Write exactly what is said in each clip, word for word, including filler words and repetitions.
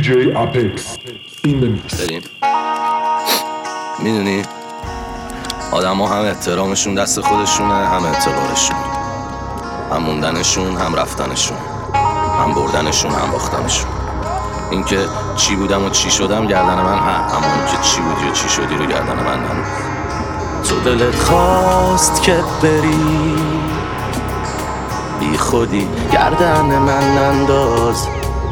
جی اپکس این میکس. بریم. میدونی آدم ها هم احترامشون دست خودشونه، هم اعتبارشون، هم موندنشون هم رفتنشون، هم بردنشون هم باختنشون. این که چی بودم و چی شدم گردن من هم، اما این که چی بودی و چی شدی رو گردن من هم. تو دلت خواست که بری بی خودی گردن من ننداز،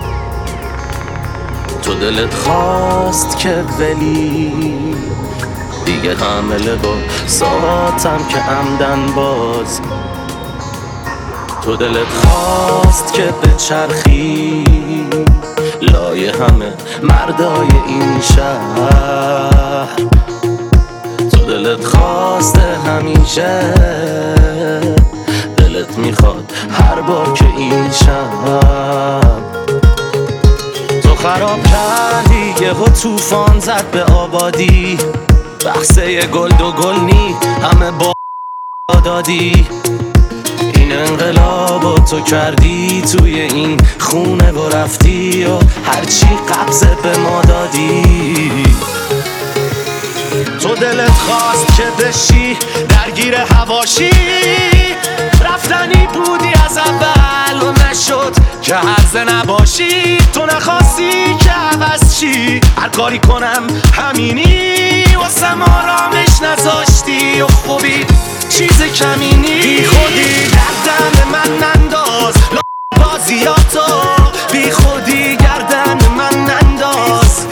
تو دلت خواست که ولی دیگه حمله با ساعتم که عمدن باز، تو دلت خواست که بچرخی لای همه مردای این شهر، تو دلت خواسته همیشه، دلت میخواد هر بار که این شب تو خراب کردی یهو توفان زد به آبادی، بخصه گل دو گل نی همه با دادی، این انقلابو تو کردی توی این خونه و رفتی و هرچی قبضه به ما دادی، تو دلت خواست که بشی درگیر هواشی، رفتنی بودی از اول و نشد که هرزه نباشی، تو نخواستی که عوض شی، هر کاری کنم همینی واسم آرامش نذاشتی و خوبی چیز کمینی، بی خودی گردن من ننداز بازیاتو، بی خودی گردن من ننداز،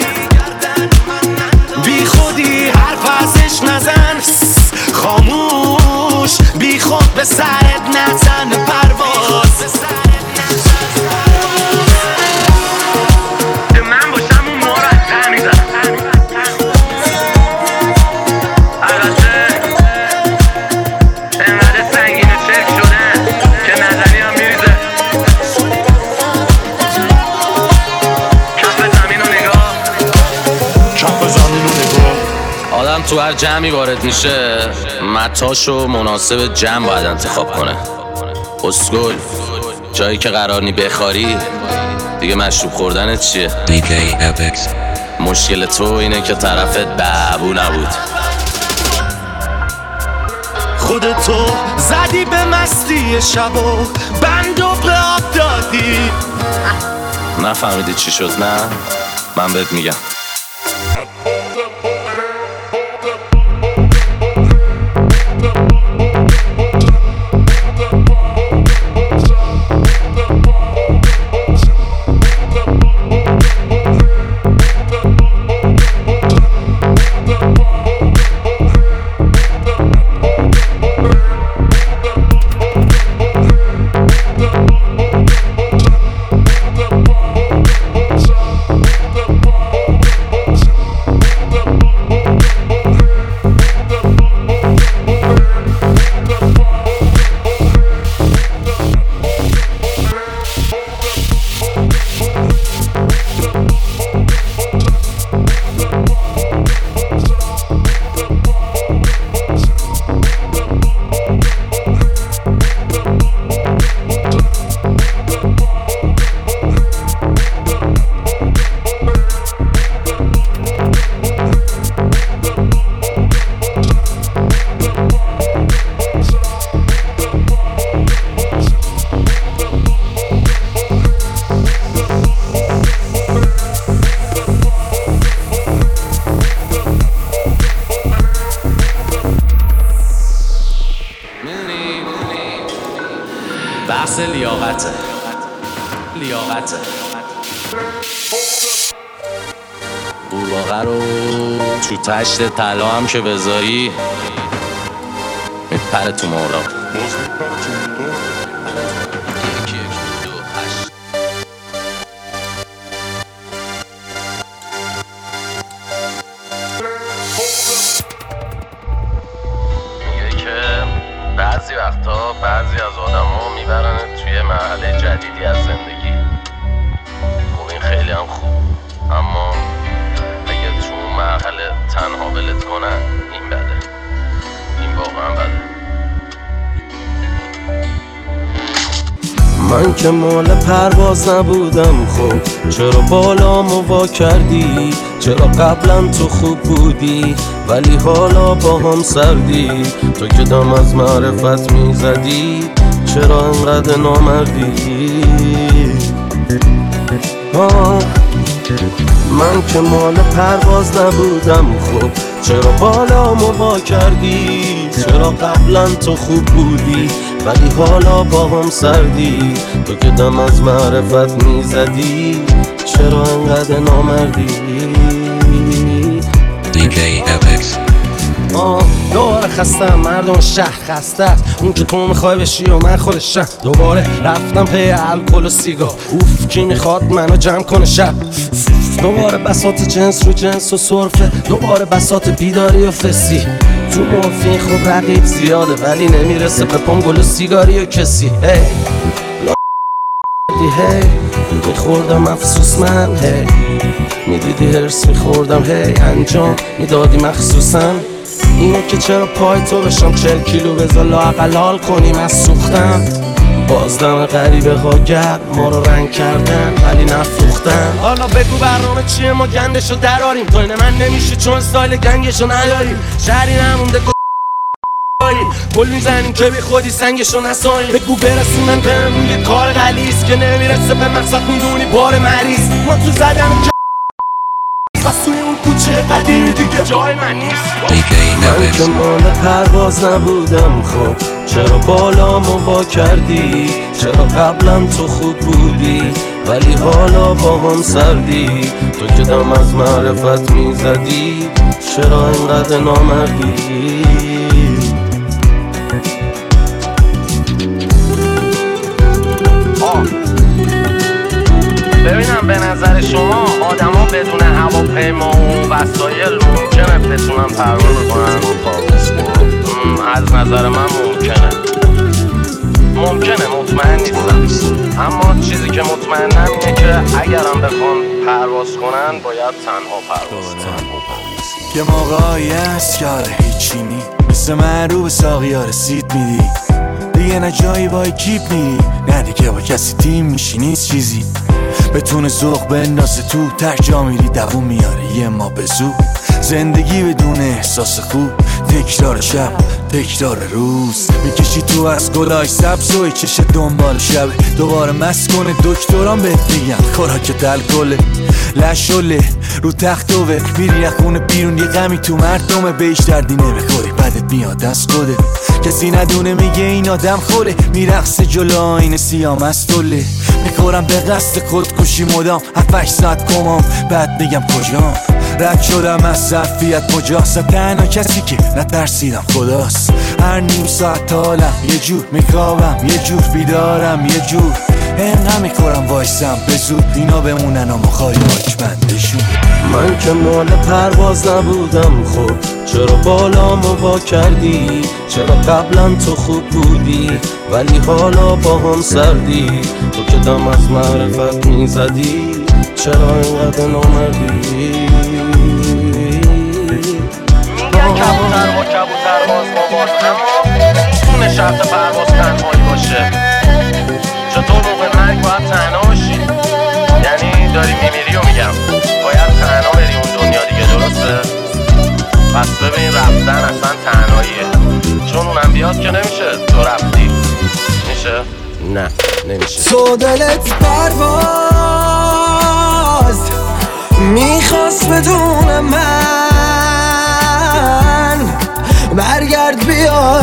بی خودی حرف ازش نزن خاموش، بی خود به سرت نزن پرواز، من باشم اون مرتب میزن البته انقدر سنگین و چرک شدن که نزنی هم میریزه، کف زمین و نگاه کف زمین و نگاه. آدم تو هر جمعی وارد میشه متاشو مناسب جمع باید انتخاب کنه. اسکول جایی که قرار نی بخاری دیگه مشروب خوردنت چیه؟ دی جی اپکس. مشکل تو اینه که طرفت بابو نبود، خودتو زدی به مستی شب و بندو به آب دادی. نفهمیدی چی شد؟ نه من بهت میگم. بحث لیاقته لیاقته قورباغه رو تو تشت طلا هم که بذاری میپره تو مرغ. بعضی وقتا بعضی از آدم ها میبرنه توی مرحله جدیدی از زندگی. خب این خیلی هم خوب، اما اگه تو مرحله تنها ولت کنن این بده، این واقعا بده. من که مال پرواز نبودم، خب چرا بالامو وا کردی؟ چرا قبلا تو خوب بودی ولی حالا با هم سردی؟ تو که دم از معرفت میزدی، چرا انقدر نامردی؟ آه من که مال پرواز نبودم، خب چرا بالامو وا کردی؟ چرا قبلا تو خوب بودی ولی حالا با هم سردی؟ تو که دم از معرفت میزدی، چرا انقدر نامردی؟ دی جی اپکس. آه دوباره خستم، مردم شهر خسته است، اون که تو میخوای بشی و من خودشم. دوباره رفتم پی الکل و سیگار، اوف کی میخواد منو جمع کنه شب. دوباره بساط جنس رو جنس و سرفه، دوباره بساط بیداری و فسی. تو مورفین خب رقیب زیاده ولی نمیرسه به پنگل و سیگاری و کسی. هی هی میخوردم افسوس من، هی میدیدی هرس میخوردم، هی انجام میدادی مخصوصا. اینه که چرا پای تو بشم چل کیلو بذار لااقل حال کنیم از سوختم. بازدم غریبه ها گرد ما رو رنگ کردن ولی نفروختن. حالا بگو برنامه چیه ما گندشو دراریم، تو اینه من نمیشه چون استایل گنگشو نداریم. شهری نمونده گل میزنیم که بی خودی سنگشو نساییم. بگو برسونن بهم یه کار غلیظ که نمیرسه به مقصد، میدونی بار مریض. ما تو زدن بس توی اون کوچه قدیمی دیگه جای من نیست. من که مال پرواز نبودم، خب چرا بالامو وا کردی؟ چرا قبلا تو خوب بودی ولی حالا با هم سردی؟ تو که دم از معرفت میزدی، چرا اینقدر نامردی؟ ببینم به نظر شما آدما بدون هواپیما و وسایل ممکنه بتونن پرواز کنن؟ از نظر من ممکنه ممکنه مطمئن نیستم، اما چیزی که مطمئنم اینه که اگرم بخوان پرواز کنن باید تنها پرواز کنن. یه موقعی هست که آره هیچی نی، مثل من رو به ساقیا رسید میدی دیگه، نه جایی با اکیپ میری نه دیگه با کسی تیم میشی، نیست چیزی بتونه ذوق بندازه تو، ته جا میری دووم میاره یه ما به زو. زندگی بدون احساس خوب، تکرار شب تکرار روز، میکشی تو از گلای سبز و چش دنبال شب. دوباره مست کنه دکتران بهت میگن خوراکت الکله، لشله رو تختوه، میری از خونه بیرون یه غمی تو مردمه، بهش دردی نمیخوری بدت میاد از خوده. کسی ندونه میگه این آدم خوره، میرقصه جلو آینه سیاه مستوله. میخورم به قصد خودکشی مدام هفت ساعت کمام، بعد میگم کجام رد شدم از ظرفیت مجاست. تنها کسی که نترسیدم خداست. هر نیم ساعت حالم یه جور، میخوابم یه جور، بیدارم یه جور. اینقدر میخورم وایسم به زود، اینا بمونن و مخوای باک بندشون. من که مال پرواز نبودم، خب چرا بالامو وا کردی؟ چرا قبلا تو خوب بودی ولی حالا با هم سردی؟ تو که دم از معرفت میزدی، چرا اینقدر نامردی؟ میگن کبوتر با کبوتر باز با باز، اما میتونه شرط پرواز تنهایی باشه. چطور موقع مرگ باید تنها باشی؟ یعنی داری میمیری و میگم باید تنها بری اون دنیا دیگه، درسته؟ پس ببین رفتن اصلا تنهاییه، چون اونم بیاد که نمیشه تو رفتی. میشه؟ نه نمیشه. تو دلت پرواز میخواست بدون من، برگرد بیا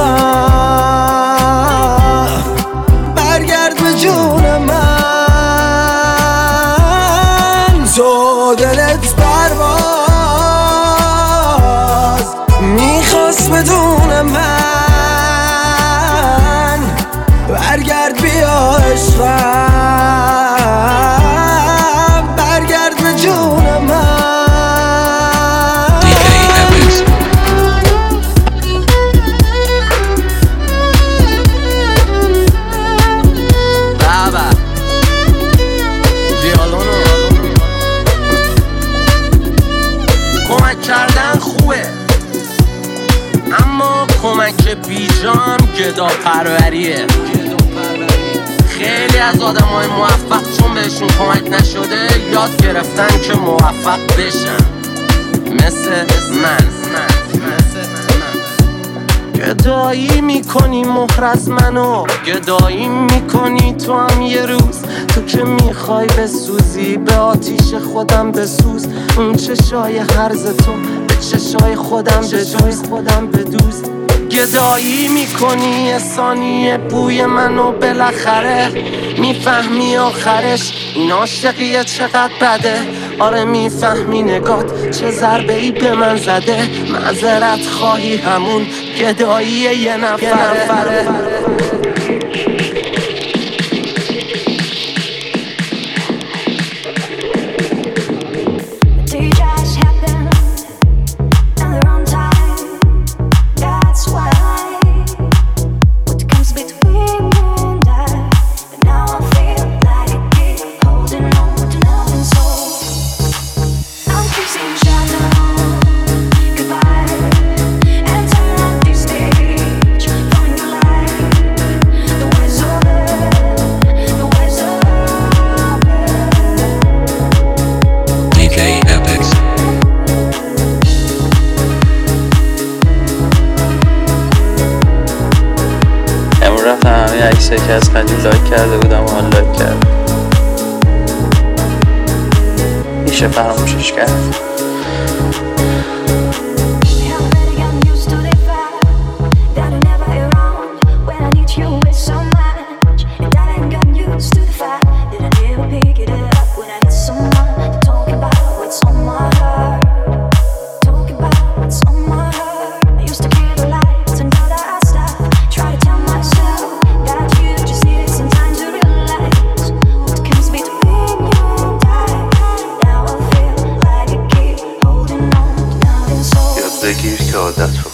عشقم، برگرد به جون من. تو دلت پرواز میخواست بدون من، برگرد بیا عشقم، برگرد به جون من. کمک کردن خوبه اما کمک بیجان گدا پروریه. خیلی از آدمای موفق چون بهشون کمک نشده یاد گرفتن که موفق بشن، مثل من. گدایی میکنی مهر از منو، گدایی میکنی تو هم یه روز. تو که میخوای بسوزی به آتیش خودم بسوز. اون چشای هرز تو به چشای خودم بدوز خودم بدوز. گدایی میکنی یه ثانیه بوی منو، بالاخره میفهمی آخرش این عاشقیه چقدر بده. آره میفهمی نگات چه ضربه ای به من زده. معذرت خواهی همون گدایی یه نفره. همه عکسایی که از قدیم لایک کرده بودم و آن لایک کرد، میشه فراموشش کرد. بگیر که عادت رو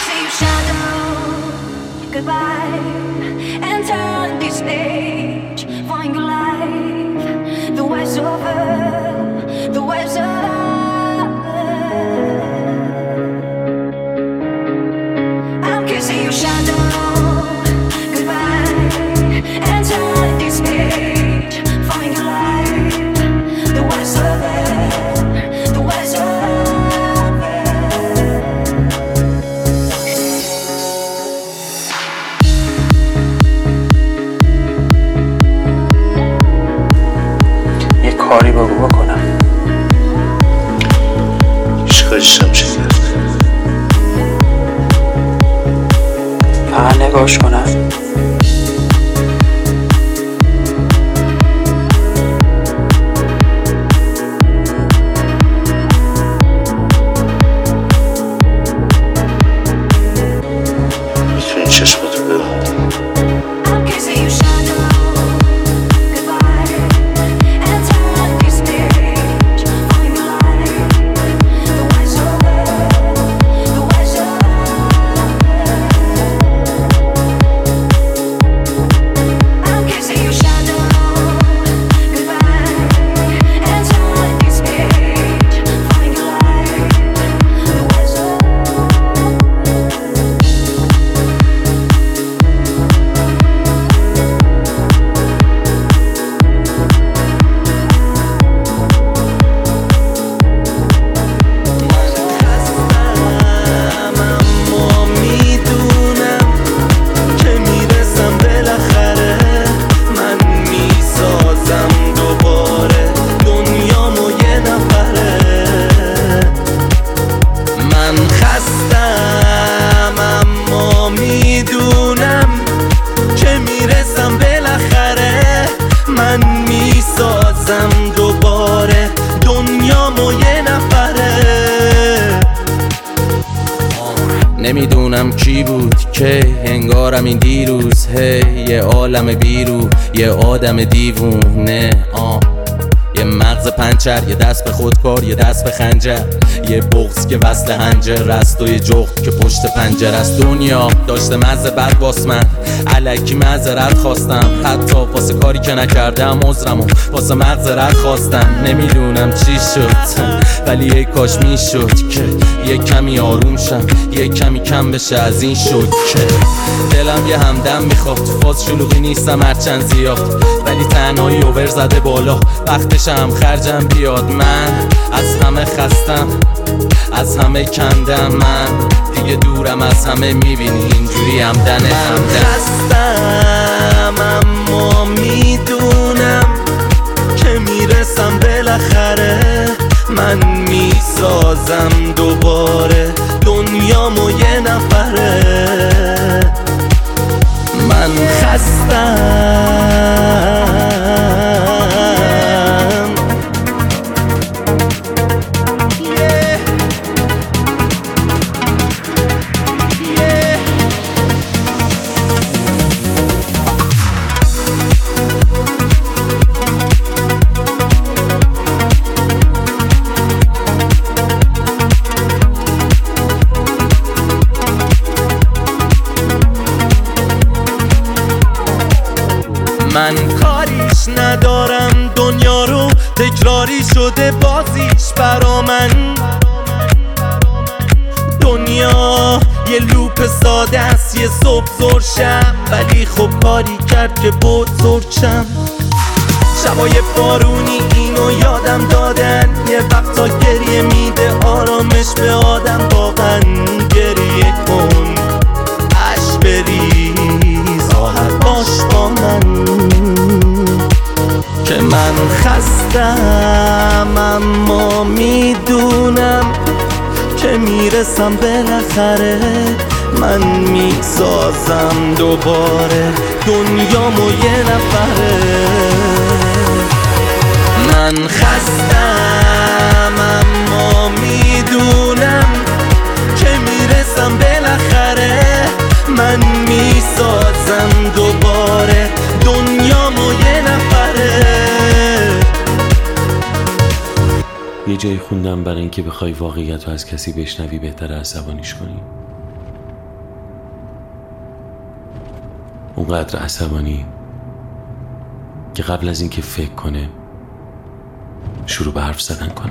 کاری بگو بکنم. عشقشم چه کرده؟ فقط نگاش کنم. میتونی چشمتو ببند. دوباره دنیامو یه نفره. نمیدونم کی بود که انگارم این دیروز هی یه عالم بیرو یه آدم دیوونه آه یه مغز پنچر، یه دست به خودکار، یه دست به خنجر، یه بغض که وصل هنجر است و یه جغد که پشت پنجر است. دنیا داشته مزه بد واس من، الکی معذرت خواستم، حتی واسه کاری که نکردم عذرمو واسه مغزرت خواستم. نمیدونم چی شد ولی یه کاش میشد که یه کمی آروم شم، یه کمی کم بشه از این شد که دلم یه همدم میخواد. فاز شلوغی نیستم هرچند زیاد، ولی تنهایی اوور زده بالا، وقتشم خرجم بیاد. من از همه خستم، از همه کندم، من دیگه دورم از همه، میبینی اینجوری همدن همدن. خستم اما میدونم که میرسم بالاخره، من میسازم دوباره دنیامو یه نفره. من خستم من کاریش ندارم، دنیا رو تکراری شده بازیش برا من. دنیا یه لوپ ساده است، یه صبح زور شب، ولی خب کاری کرد که بزرگشم. شبای بارونی اینو یادم دادن، یه وقتا گریه میده آرامش به آدم. واقعا گریه کن، عشق بریز، راحت باش با من که من خستم اما میدونم که میرسم بالاخره. من میسازم دوباره دنیامو یه نفره. من خستم اما میدونم که میرسم بالاخره. من میسازم دوباره دنیامو یه نفره. یه جایی خوندم برای اینکه بخوای واقعیت رو از کسی بشنوی بهتره عصبانیش کنی. اونقدر عصبانی که قبل از اینکه فکر کنه شروع به حرف زدن کنه.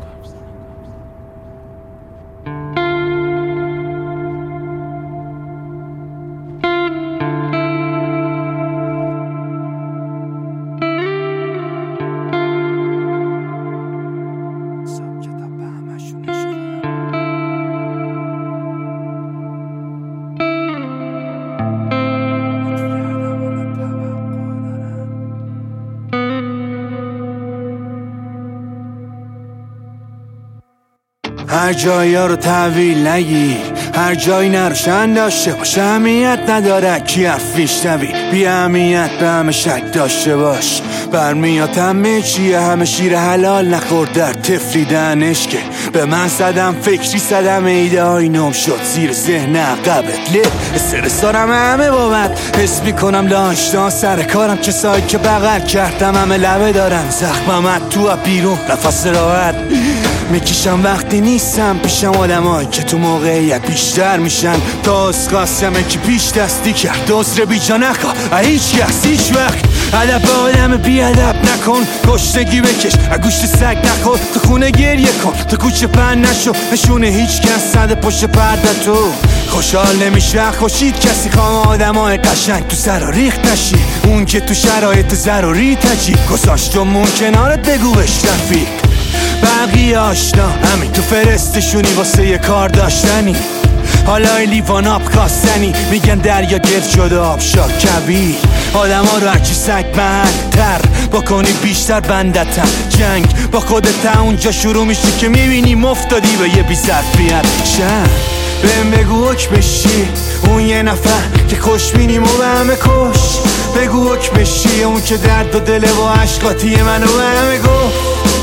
هر جایی ها رو تحویل نگی، هر جایی نروشن داشته باش، اهمیت نداره کی حرف میشنوی، بی اهمیت به همه شک داشته باش. برمیاد همه چیه، همه شیر حلال نخور در تفریدنش که به من صدم فکری صدم ایده های نم شد زیر ذهن عقبت له. استرس دارم همه بابت، حس میکنم داشتان سر کارم، کسایی که بغل کردم همه لبه دارن زخمم تو بیرون نفس راحت میکشم وقتی نیستم پیشم. آدمایی که تو موقعیت بیشتر میشن تا از قاسمه که پیش دستی کرد عذر بی جا نخواه هیچ کس هیچ وقت. ادب آدم بی ادب نکن، گشتگی بکش گوشت سگ نخور، تو خونه گریه کن تو کوچه پن نشو، نشونه هیچ کس صد پشت پرده تو خوشحال نمیشه خوشید کسی. خواه آدم های قشنگ تو سر ریخت نشی، اون که تو شرایط ضروری تجی گذاشت و مون کنارت بگو بش رفیق. بقیه آشنا همین تو فرستشونی واسه یه کار داشتنی، حالا ای لیوان آب کاستنی میگن دریا گرد شده آب شا کبیر. آدم ها رو هرچی سگ محل تر بکنی بیشتر بندتن، جنگ با خودت اونجا شروع میشه که میبینی مفتادی به یه بی ظرفیت شن. بهم بگو حکمش چی اون یه نفر که خوش بینیم و به همه کش، بگو حکمش چی اون که درد و دله و عشقاتی منو به همه گفت.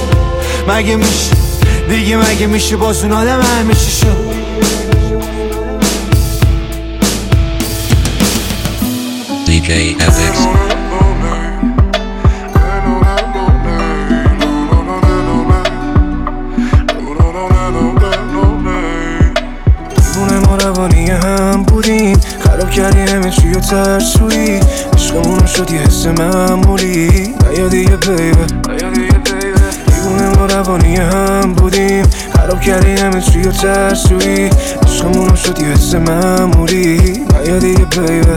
مگه میشه دیگه مگه میشه باز اون آدم همیشه شد. دی جی F X ترسویی، عشقمونو شد یه حس معمولی. نیا دیگه بیبه، دیوونه ما روانی هم بودیم، خراب کردی همه چی و ترسویی، عشقمونو شد یه حس معمولی. نیا دیگه بیبه،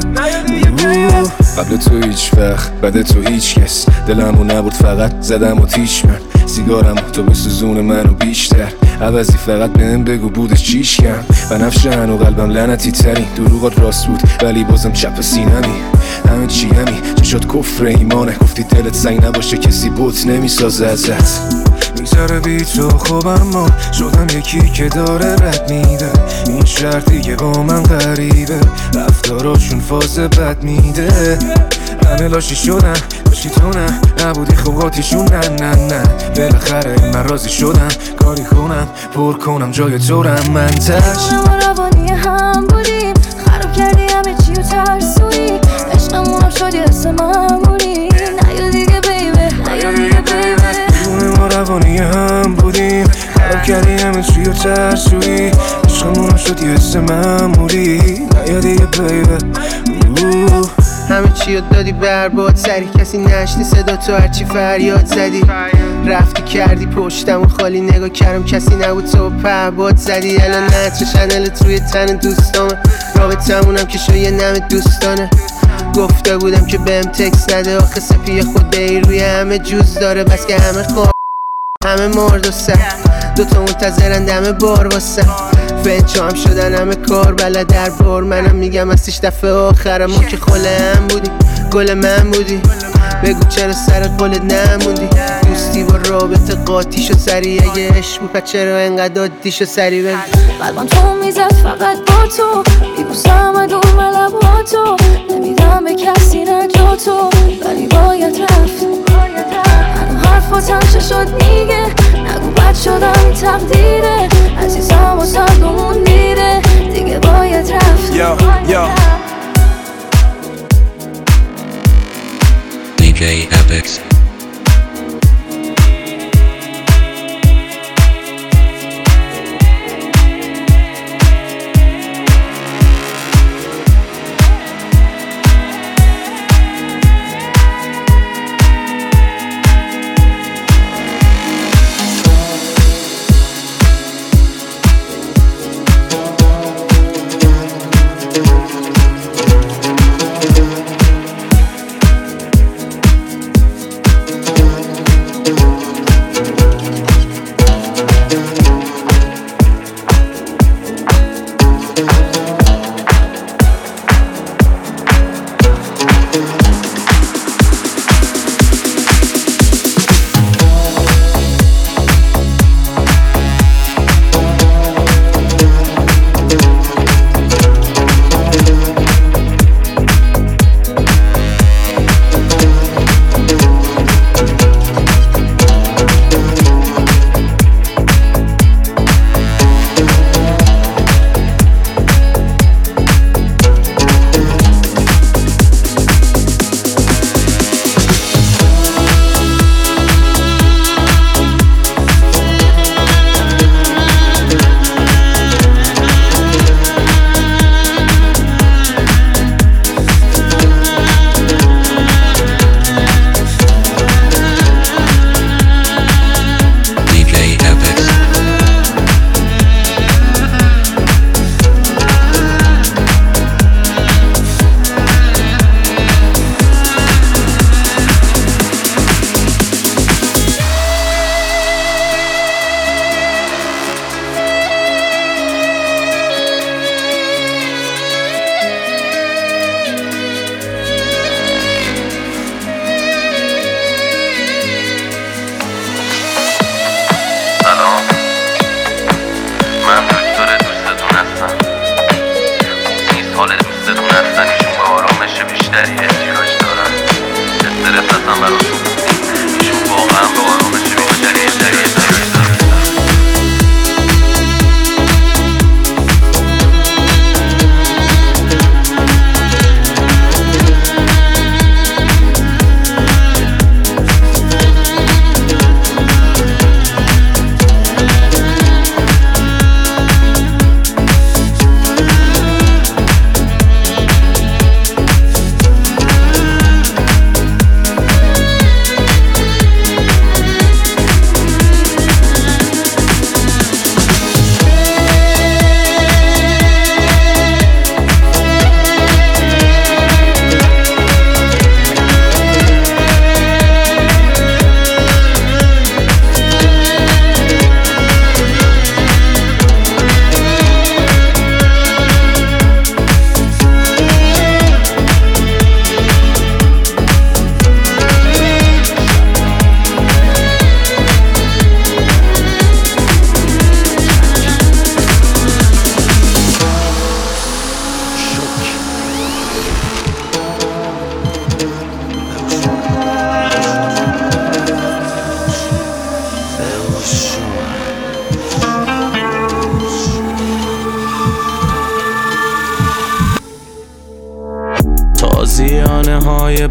قبل تو هیچ وقت بعد تو هیچ کس، دلمو نبرد فقط زدم و تیش من، سیگارم تو بسوزون منو بیشتر، عوضی فقط بهم بگو بودش چیش کم. بنفشه هنو قلبم لعنتی ترین، دروغات راست بود ولی بازم چپ سینمی، همه چی همی چشات کفر ایمانه، گفتی دلت سنگ نباشه کسی بوت نمیسازه ازت. میگذره بی تو خوب اما شدم یکی که داره رد میده، این شرطی که با من غریبه، رفتاراشون فاز بد میده. همه لاشی شدن لاشی تو نه، نبودی خوباتیشون نه نه نه، بالاخره من راضی شدم کاری کنم پر کنم جای تو رم من تش. ما روانی هم بودیم، خراب کردی همه چی و ترسویی، عشقمونم شد یه حس معمولی. نیا دیگه بیبه، نیا دیگه بیبه، ما روانی هم بودیم، خراب کردی همه چی و ترسویی، عشقمونم شد یه حس معمولی. نیا دیگه بیبه، همه چی رو دادی برباد سری، کسی نشنی صدا تو هرچی فریاد زدی، رفتی کردی پشتم و خالی نگاه کردم کسی نبود تو پهباد زدی. الان نتر شنلت روی تن دوستامه، رابطمونم که شو یه نم دوستانه، گفته بودم که بهم تکس نده، آخه سپی خود ای روی همه جوز داره، بس که همه خواب همه مرد و سر، دوتا منتظرن دم بار واسه فنچا هم شدن همه کار بله در بار، منم میگم هستیش دفعه آخرم، ما که خله هم بودی گل من بودی، بگو چرا سر قولت نموندی، دوستی با رابطه قاطی شد سری، اگه عشق بود پس چرا انقدر عادی شد سری بگو. قلبم تو میزد فقط با تو، میبوسم ادوم لبا تو، نمیدم به کسی نه جا تو، ولی باید رفت. هنو حرفاتم چه شد میگه، نگو بد شدم این تقدیره، عزیزم و سرگمون میره، دیگه باید رفت. Yo, yo. دی جی Apex.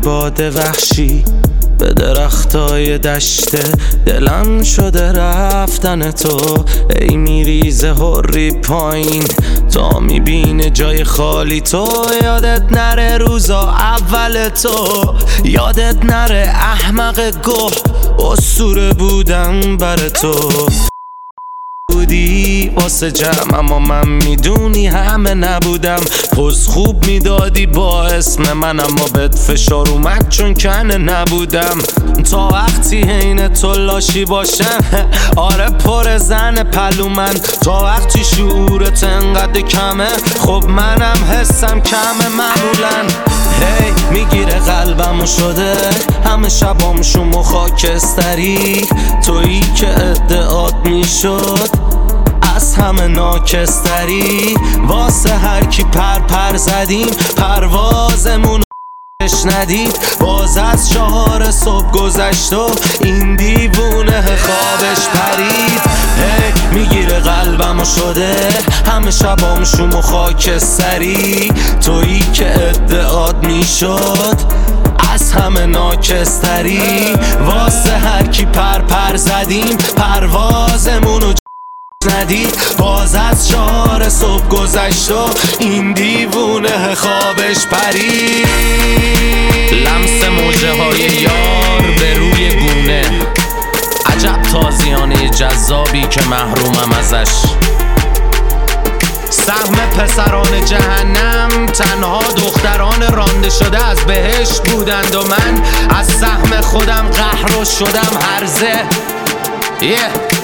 باد وحشی به درختای دشته دلم شده رفتن تو. ای میریزه هری پایین تا میبینه جای خالی تو. یادت نره روزا اول تو، یادت نره احمق گه اسطوره بودم بر تو. بودی واسه جمع اما من میدونی همه نبودم. پس خوب میدادی با اسم من اما بهت فشار اومد چون کنه نبودم. تا وقتی حین تو لاشی باشم آره پر زن پلو من. تا وقتی شعورت انقدر کمه خب منم حسم کمه معمولا. هی hey, میگیره قلبمو شده همه شبام شما خاکستری. تویی که ادعات میشد از همه ناکستری. واسه هر کی پر پر زدیم پروازمون ندید. باز از چهار صبح گذشت و این دیوونه خوابش پرید. هی hey, میگیره قلبمو شده همه شبام شوم و خاکستری. تویی که ادعات میشد از همه ناکستری. واسه هر کی پر پر زدیم پروازمونو ندید. باز از چهار صبح گذشت و این دیوونه خوابش پرید. لمس موجه های یار به روی گونه، عجب تازیانه جذابی که محرومم ازش. سهم پسران جهنم تنها دختران رانده شده از بهشت بودند و من از سهم خودم قهر شدم هرزه. yeah.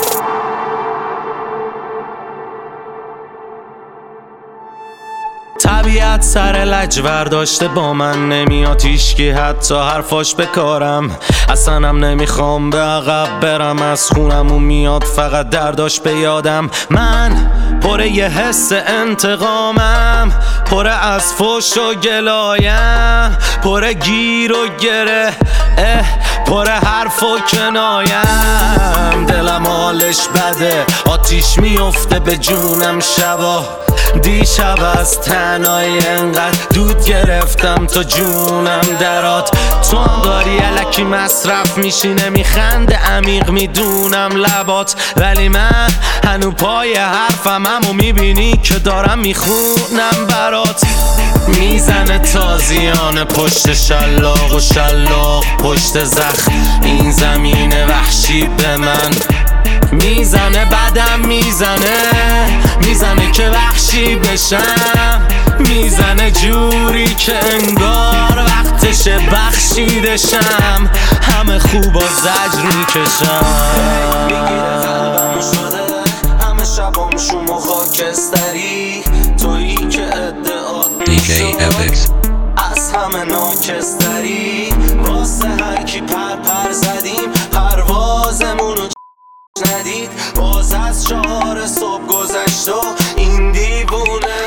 طبیعت سر لجور داشته با من نمیاد هیشکی حتی حرفاش بکارم. اصلاًم نمیخوام به عقب برم از خونمون میاد فقط درداش به یادم. من پر یه حس انتقامم، پر از فوش و گلایم، پر گیر و گره اه پر حرف و کنایم. دلم حالش بده آتیش میفته به جونم شبا. دیشب از تنهایی انقدر دود گرفتم تا جونم درات. تو هم داری الکی مصرف میشی نمیخنده عمیق میدونم لبات. ولی من هنو پای حرفم همو میبینی که دارم میخونم برات. میزنه تازیانه پشت شلاق و شلاق پشت زخم. این زمین وحشی به من میزنه بدم میزنه میزنه که وحشی بشم. میزنه جوری که انگار وقتش بخشیدشم. همه خوب و زجر میکشم. میگیره قلبمو شده همه شبام شوم و خاکستری. تویی که ادعات میشد از همه ناکستری. واسه هر کی پر پر زدیم پروازمونو ندید. باز از چهار صبح گذشت و این دیوونه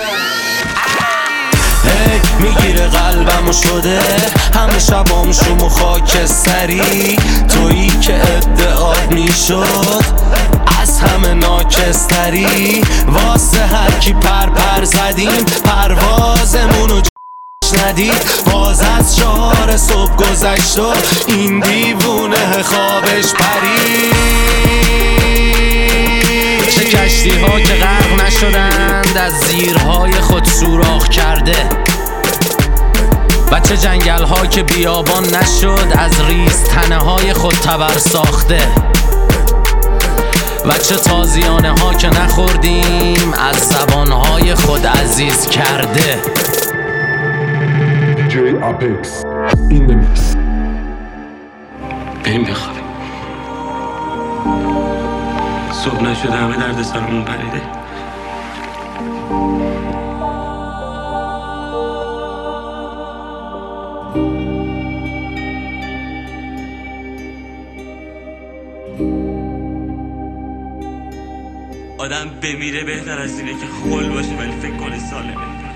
هی hey, میگیره قلبمو شده همه شبام شوم و خاکستری. تویی که ادعات میشد از همه ناکستری. واسه هر کی پر پر زدیم پروازمونو ندید. باز از چهار صبح گذشت و این دیوونه خوابش پرید. چه کشتی ها که غرق نشدند از زیرهای خود سوراخ کرده. و چه جنگل ها که بیابان نشد از ریز تنه های خود تبر ساخته. و چه تازیانه ها که نخوردیم از زبان های خود عزیز کرده. دی جی Apex in the mix. بریم بخوابیم. صبح نشده همه درد سرمون پریده. آدم بمیره بهتر از اینه که خول باشه ولی فکر کنه سالمه.